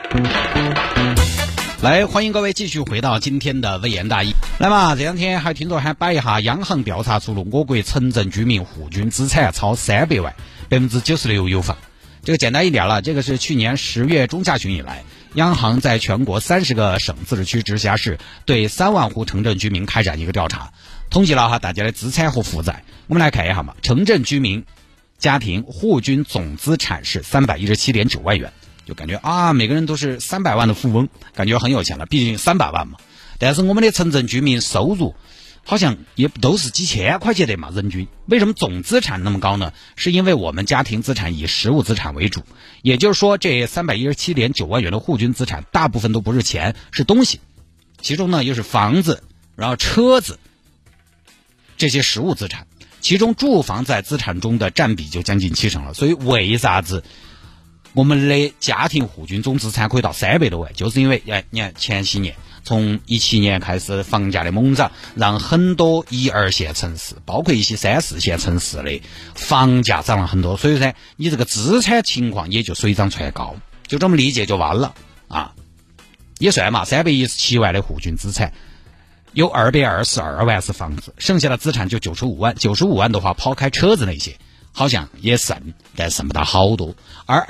来，欢迎各位继续回到今天的微言大义。来嘛，这两天还听着还摆一下，央行调查出了我国城镇居民户均资产超300万，96%有房。这个简单一点了，这个是去年10月中下旬以来，央行在全国30个省、自治区、直辖市对3万户城镇居民开展一个调查，统计了大家的资产和负债。我们来看一下嘛，城镇居民家庭户均总资产是317.9万元。就感觉每个人都是300万的富翁，感觉很有钱了，毕竟300万嘛。但是我们的城镇居民收入好像也都是几千块钱的嘛，人均。为什么总资产那么高呢？是因为我们家庭资产以实物资产为主，也就是说这317.9万元的户均资产大部分都不是钱，是东西。其中呢又是房子，然后车子，这些实物资产，其中住房在资产中的占比就将近70%了。所以为啥子我们的家庭户均总资产可以到300多万，就是因为你看前些年从17年开始房价的猛涨，让很多1、2线城市包括一些3、4线城市的房价涨了很多，所以说你这个资产情况也就水涨船高，就这么理解就完了啊。也算嘛，317万的户均资产有222万是房子，剩下的资产就95万，95万的话抛开车子那些好像也剩，但剩不到好多。而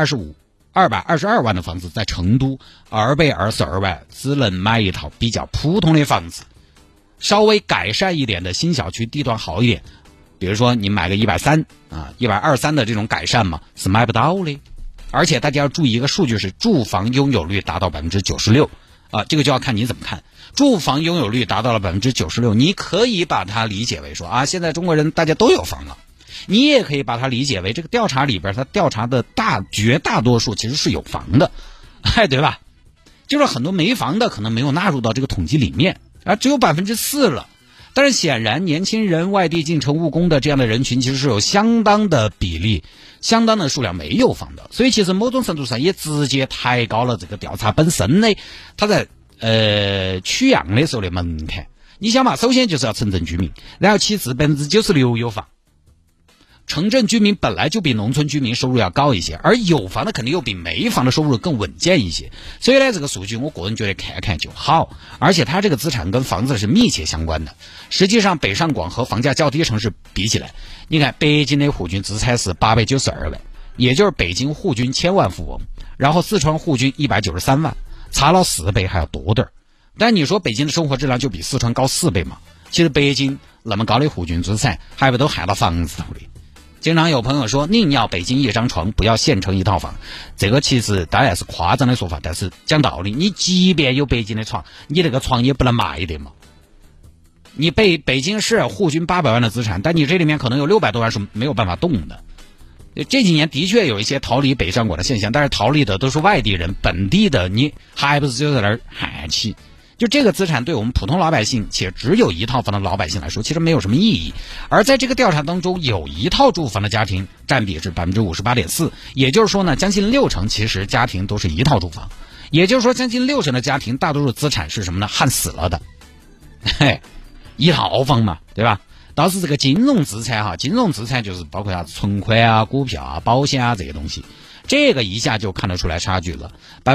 222万的房子在成都，222万只能买一套比较普通的房子，稍微改善一点的新小区地段好一点，比如说你买个123的这种改善嘛，是买不到的。而且大家要注意一个数据是住房拥有率达到96%这个就要看你怎么看。住房拥有率达到了96%，你可以把它理解为说现在中国人大家都有房了。你也可以把它理解为这个调查里边，它调查的绝大多数其实是有房的，对吧？就是很多没房的可能没有纳入到这个统计里面，只有4%了。但是显然年轻人外地进城务工的这样的人群，其实是有相当的比例、相当的数量没有房的，所以其实某种程度上也直接抬高了这个调查本身的它在取样的时候的门槛。你想嘛，首先就是要城镇居民，然后其次96%有房。城镇居民本来就比农村居民收入要高一些，而有房的肯定又比没房的收入更稳健一些，所以呢这个数据我个人觉得看看就好。而且它这个资产跟房子是密切相关的。实际上北上广和房价较低城市比起来，你看北京的户均资产是892万，也就是北京户均1000万富翁，然后四川户均193万，差了4倍还要多点。但你说北京的生活质量就比四川高4倍嘛？其实北京那么高的户均资产还不都含到房子头里。经常有朋友说宁要北京一张床，不要县城一套房，这个其实当然是夸张的说法，但是讲道理，你即便有北京的床，你那个床也不能卖的嘛。你北京市户均800万的资产，但你这里面可能有600多万是没有办法动的。这几年的确有一些逃离北上广的现象，但是逃离的都是外地人，本地的你还不是就在那儿喊气。就这个资产对我们普通老百姓且只有一套房的老百姓来说其实没有什么意义。而在这个调查当中，有一套住房的家庭占比是 58.4%， 也就是说呢，将近60%其实家庭都是一套住房，也就是说将近60%的家庭大多数资产是什么呢？焊死了的一套房嘛，对吧？倒是这个金融资产金融资产就是包括存款股票保险这些东西，这个一下就看得出来差距了。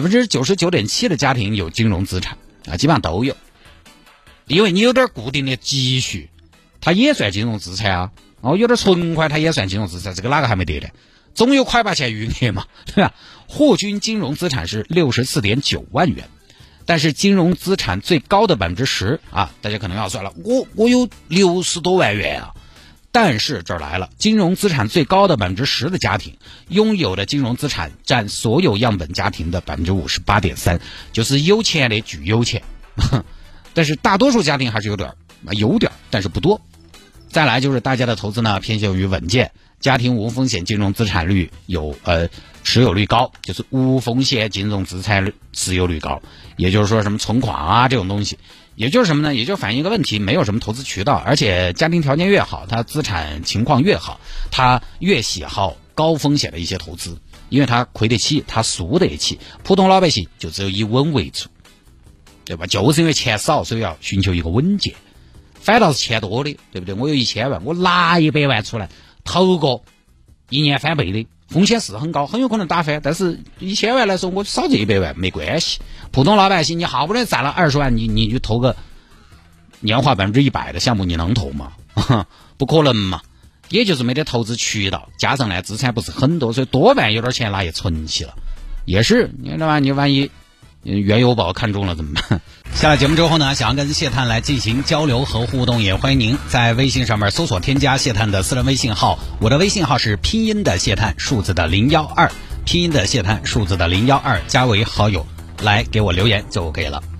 99.7% 的家庭有金融资产基本上都有，因为你有点固定的积蓄，它也算金融资产有点存款它也算金融资产，这个哪个还没得的？总有快把钱余额嘛，对吧？户均金融资产是 64.9 万元，但是金融资产最高的 10%大家可能要算了，我有60多万元但是这儿来了，金融资产最高的 10% 的家庭拥有的金融资产占所有样本家庭的 58.3%， 就是有钱的巨有钱但是大多数家庭还是有点但是不多。再来就是大家的投资呢偏向于稳健，家庭无风险金融资产率有持有率高，就是无风险金融资产持有率高，也就是说什么存款这种东西，也就是什么呢？也就反映一个问题，没有什么投资渠道，而且家庭条件越好，他资产情况越好，他越喜好高风险的一些投资，因为他亏得起，他输得起。普通老百姓就只有以稳为主，对吧？就是因为钱少，所以要寻求一个稳健。反倒是钱多的，对不对？我有1000万，我拿100万出来投个1年翻倍的， 风险是很高，很有可能打翻。但是1000万来说，我少这100万没关系。普通老百姓，你好不容易攒了20万，你就投个年化100%的项目，你能投吗？不可能嘛。也就是没得投资渠道，加上呢资产不是很多，所以多半有点钱拿也存起了。也是，你知道吧？你万一原油宝看中了怎么办？下了节目之后呢，想要跟谢探来进行交流和互动，也欢迎您在微信上面搜索添加谢探的私人微信号，我的微信号是拼音的谢探数字的012，拼音的谢探数字的012，加为好友来给我留言就可以了。